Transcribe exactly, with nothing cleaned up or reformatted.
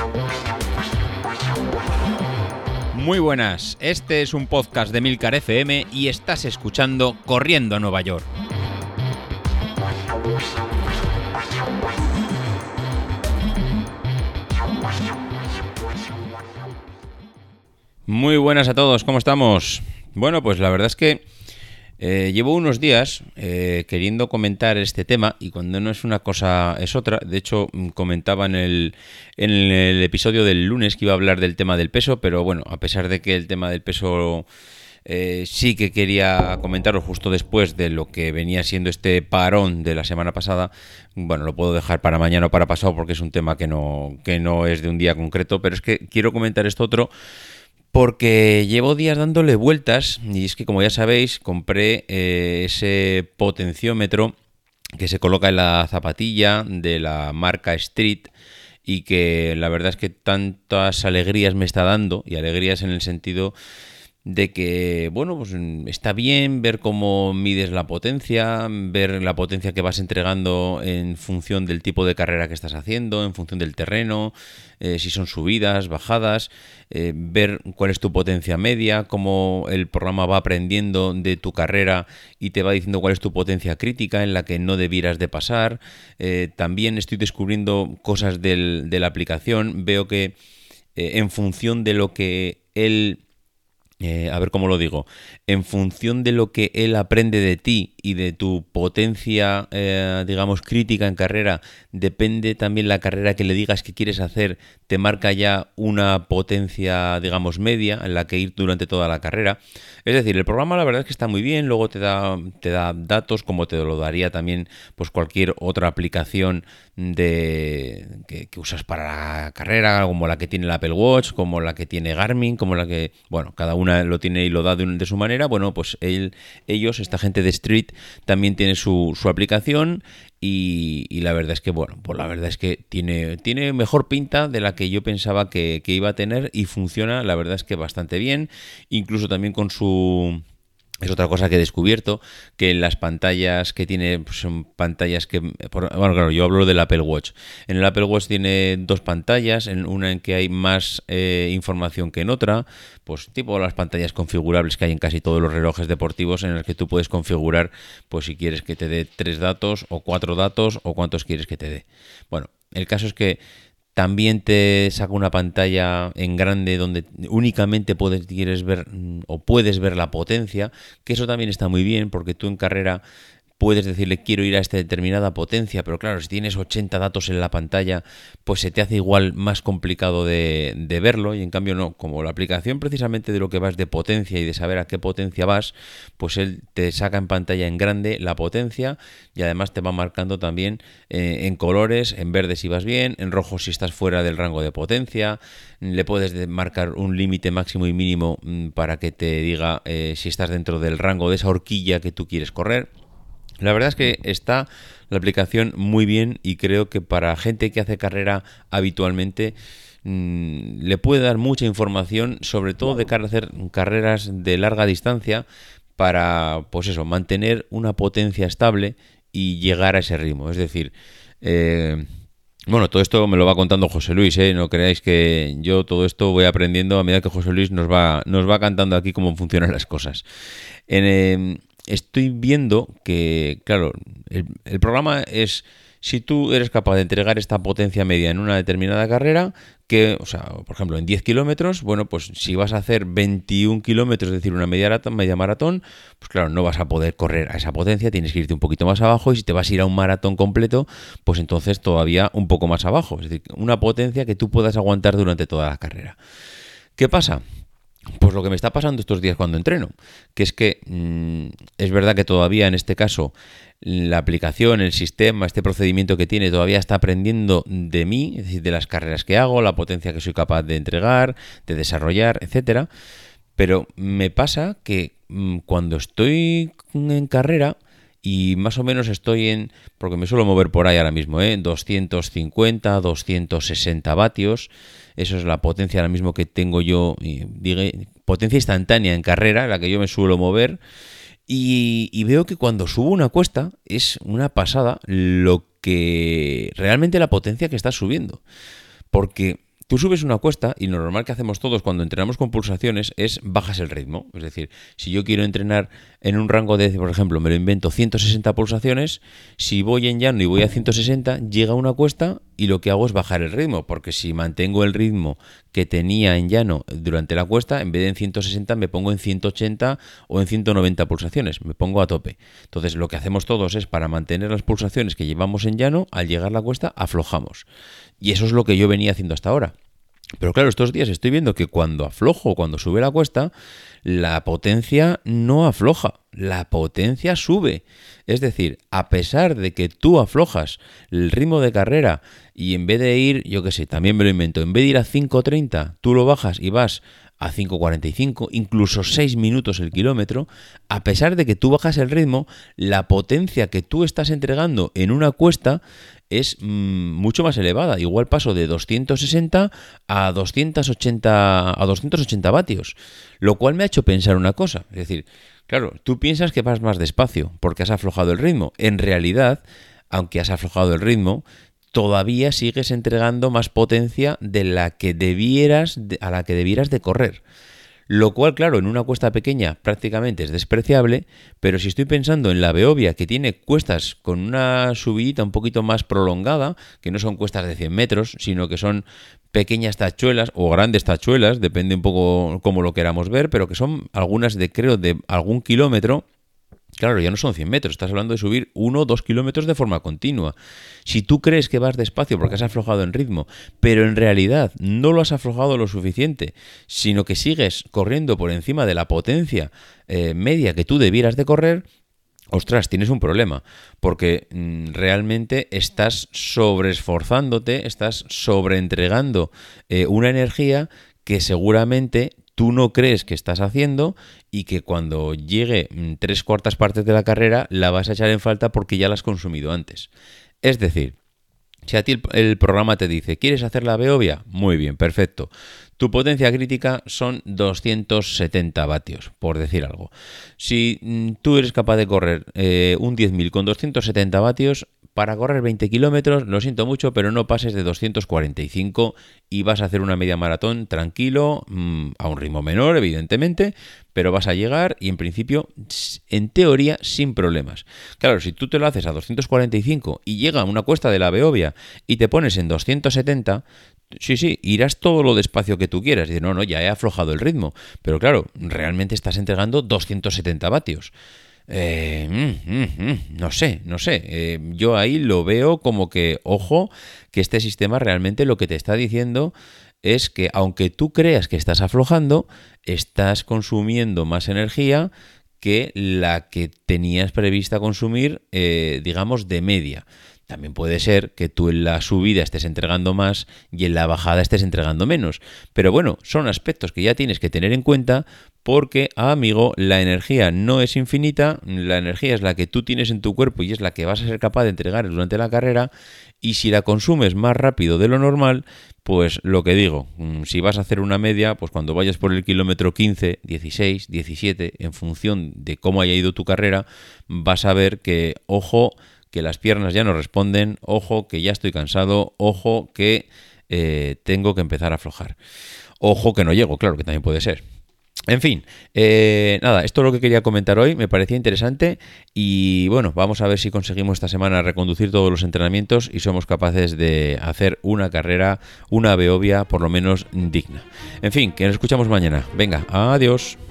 Muy buenas, este es un podcast de Milcar F M y estás escuchando Corriendo a Nueva York. Muy buenas a todos, ¿cómo estamos? Bueno, pues la verdad es que eh, llevo unos días eh, queriendo comentar este tema y cuando no es una cosa es otra. De hecho, comentaba en el, en el episodio del lunes que iba a hablar del tema del peso, pero bueno, a pesar de que el tema del peso eh, sí que quería comentarlo justo después de lo que venía siendo este parón de la semana pasada, bueno, lo puedo dejar para mañana o para pasado porque es un tema que no, que no es de un día concreto, pero es que quiero comentar esto otro porque llevo días dándole vueltas y es que, como ya sabéis, compré eh, ese potenciómetro que se coloca en la zapatilla de la marca Street y que la verdad es que tantas alegrías me está dando, y alegrías en el sentido de que, bueno, pues está bien ver cómo mides la potencia, ver la potencia que vas entregando en función del tipo de carrera que estás haciendo, en función del terreno, eh, si son subidas, bajadas, eh, ver cuál es tu potencia media, cómo el programa va aprendiendo de tu carrera y te va diciendo cuál es tu potencia crítica en la que no debieras de pasar. Eh, también estoy descubriendo cosas del, de la aplicación, veo que eh, en función de lo que él... Eh, a ver cómo lo digo, en función de lo que él aprende de ti y de tu potencia, eh, digamos, crítica en carrera, depende también la carrera que le digas que quieres hacer, te marca ya una potencia, digamos, media en la que ir durante toda la carrera. Es decir, el programa la verdad es que está muy bien, luego te da, te da datos como te lo daría también pues cualquier otra aplicación de que, que usas para la carrera, como la que tiene el Apple Watch, como la que tiene Garmin, como la que, bueno, cada una lo tiene y lo da de, de su manera. Bueno, pues él, ellos, esta gente de Street, también tiene su, su aplicación y, y la verdad es que, bueno, pues la verdad es que tiene, tiene mejor pinta de la que yo pensaba que, que iba a tener y funciona, la verdad es que bastante bien, incluso también con su... Es otra cosa que he descubierto, que las pantallas que tiene pues son pantallas que... Bueno, claro, yo hablo del Apple Watch. En el Apple Watch tiene dos pantallas, en una en que hay más eh, información que en otra, pues tipo las pantallas configurables que hay en casi todos los relojes deportivos, en las que tú puedes configurar pues si quieres que te dé tres datos o cuatro datos o cuántos quieres que te dé. Bueno, el caso es que también te saca una pantalla en grande donde únicamente puedes, quieres ver o puedes ver la potencia, que eso también está muy bien porque tú en carrera puedes decirle quiero ir a esta determinada potencia, pero claro, si tienes ochenta datos en la pantalla, pues se te hace igual más complicado de, de verlo, y en cambio no, como la aplicación precisamente de lo que vas de potencia y de saber a qué potencia vas, pues él te saca en pantalla en grande la potencia y además te va marcando también eh, en colores, en verde si vas bien, en rojo si estás fuera del rango de potencia, le puedes marcar un límite máximo y mínimo mmm, para que te diga eh, si estás dentro del rango de esa horquilla que tú quieres correr. La verdad es que está la aplicación muy bien y creo que para gente que hace carrera habitualmente mmm, le puede dar mucha información, sobre todo de cara a hacer carreras de larga distancia para, pues eso, mantener una potencia estable y llegar a ese ritmo. Es decir, eh, bueno, todo esto me lo va contando José Luis, ¿eh? No creáis que yo todo esto voy aprendiendo a medida que José Luis nos va, nos va cantando aquí cómo funcionan las cosas. En... Eh, Estoy viendo que, claro, el, el programa es, si tú eres capaz de entregar esta potencia media en una determinada carrera, que, o sea, por ejemplo, en diez kilómetros, bueno, pues si vas a hacer veintiún kilómetros, es decir, una media maratón, media maratón, pues claro, no vas a poder correr a esa potencia, tienes que irte un poquito más abajo, y si te vas a ir a un maratón completo, pues entonces todavía un poco más abajo, es decir, una potencia que tú puedas aguantar durante toda la carrera. ¿Qué pasa? Pues lo que me está pasando estos días cuando entreno, que es que mmm, es verdad que todavía en este caso la aplicación, el sistema, este procedimiento que tiene todavía está aprendiendo de mí, es decir, de las carreras que hago, la potencia que soy capaz de entregar, de desarrollar, etcétera. Pero me pasa que mmm, cuando estoy en carrera y más o menos estoy en, porque me suelo mover por ahí ahora mismo, ¿eh? doscientos cincuenta, doscientos sesenta vatios, eso es la potencia ahora mismo que tengo yo, digo, potencia instantánea en carrera, la que yo me suelo mover, y, y veo que cuando subo una cuesta es una pasada lo que realmente la potencia que está subiendo, porque Tú subes una cuesta y lo normal que hacemos todos cuando entrenamos con pulsaciones es bajas el ritmo. Es decir, si yo quiero entrenar en un rango de, por ejemplo, me lo invento ciento sesenta pulsaciones, si voy en llano y voy a ciento sesenta, llega una cuesta y lo que hago es bajar el ritmo, porque si mantengo el ritmo que tenía en llano durante la cuesta, en vez de en ciento sesenta me pongo en ciento ochenta o en ciento noventa pulsaciones, me pongo a tope. Entonces lo que hacemos todos es, para mantener las pulsaciones que llevamos en llano, al llegar a la cuesta aflojamos. Y eso es lo que yo venía haciendo hasta ahora. Pero claro, estos días estoy viendo que cuando aflojo, cuando sube la cuesta, la potencia no afloja, la potencia sube. Es decir, a pesar de que tú aflojas el ritmo de carrera y en vez de ir, yo qué sé, también me lo invento, en vez de ir a cinco treinta, tú lo bajas y vas a cinco cuarenta y cinco, incluso seis minutos el kilómetro, a pesar de que tú bajas el ritmo, la potencia que tú estás entregando en una cuesta es mmm, mucho más elevada. Igual paso de doscientos sesenta a doscientos ochenta, a doscientos ochenta vatios, lo cual me ha hecho pensar una cosa. Es decir, claro, tú piensas que vas más despacio porque has aflojado el ritmo. En realidad, aunque has aflojado el ritmo, todavía sigues entregando más potencia de la que debieras, de, a la que debieras de correr. Lo cual, claro, en una cuesta pequeña prácticamente es despreciable, pero si estoy pensando en la Beovia, que tiene cuestas con una subidita un poquito más prolongada, que no son cuestas de cien metros, sino que son pequeñas tachuelas o grandes tachuelas, depende un poco cómo lo queramos ver, pero que son algunas de, creo, de algún kilómetro. Claro, ya no son cien metros, estás hablando de subir uno o dos kilómetros de forma continua. Si tú crees que vas despacio porque has aflojado en ritmo, pero en realidad no lo has aflojado lo suficiente, sino que sigues corriendo por encima de la potencia eh, media que tú debieras de correr, ostras, tienes un problema, porque mm, realmente estás sobreesforzándote, estás sobreentregando eh, una energía que seguramente tú no crees que estás haciendo y que cuando llegue tres cuartas partes de la carrera la vas a echar en falta porque ya la has consumido antes. Es decir, si a ti el, el programa te dice, ¿quieres hacer la Beovia? Muy bien, perfecto. Tu potencia crítica son doscientos setenta vatios, por decir algo. Si mm, tú eres capaz de correr eh, un diez mil con doscientos setenta vatios, para correr veinte kilómetros, lo siento mucho, pero no pases de doscientos cuarenta y cinco y vas a hacer una media maratón tranquilo, mmm, a un ritmo menor, evidentemente, pero vas a llegar y en principio, en teoría, sin problemas. Claro, si tú te lo haces a doscientos cuarenta y cinco y llega una cuesta de la Beovia y te pones en doscientos setenta, sí, sí, irás todo lo despacio que tú quieras. Y dices, no, no, ya he aflojado el ritmo. Pero claro, realmente estás entregando doscientos setenta vatios. Eh, mm, mm, mm, no sé, no sé. Eh, yo ahí lo veo como que, ojo, que este sistema realmente lo que te está diciendo es que aunque tú creas que estás aflojando, estás consumiendo más energía que la que tenías prevista consumir, eh, digamos, de media. También puede ser que tú en la subida estés entregando más y en la bajada estés entregando menos. Pero bueno, son aspectos que ya tienes que tener en cuenta porque, amigo, la energía no es infinita, la energía es la que tú tienes en tu cuerpo y es la que vas a ser capaz de entregar durante la carrera, y si la consumes más rápido de lo normal, pues lo que digo, si vas a hacer una media, pues cuando vayas por el kilómetro quince, dieciséis, diecisiete, en función de cómo haya ido tu carrera, vas a ver que, ojo, que las piernas ya no responden, ojo que ya estoy cansado, ojo que eh, tengo que empezar a aflojar. Ojo que no llego, claro que también puede ser. En fin, eh, nada, esto es lo que quería comentar hoy, me parecía interesante y bueno, vamos a ver si conseguimos esta semana reconducir todos los entrenamientos y somos capaces de hacer una carrera, una Beovia por lo menos digna. En fin, que nos escuchamos mañana. Venga, adiós.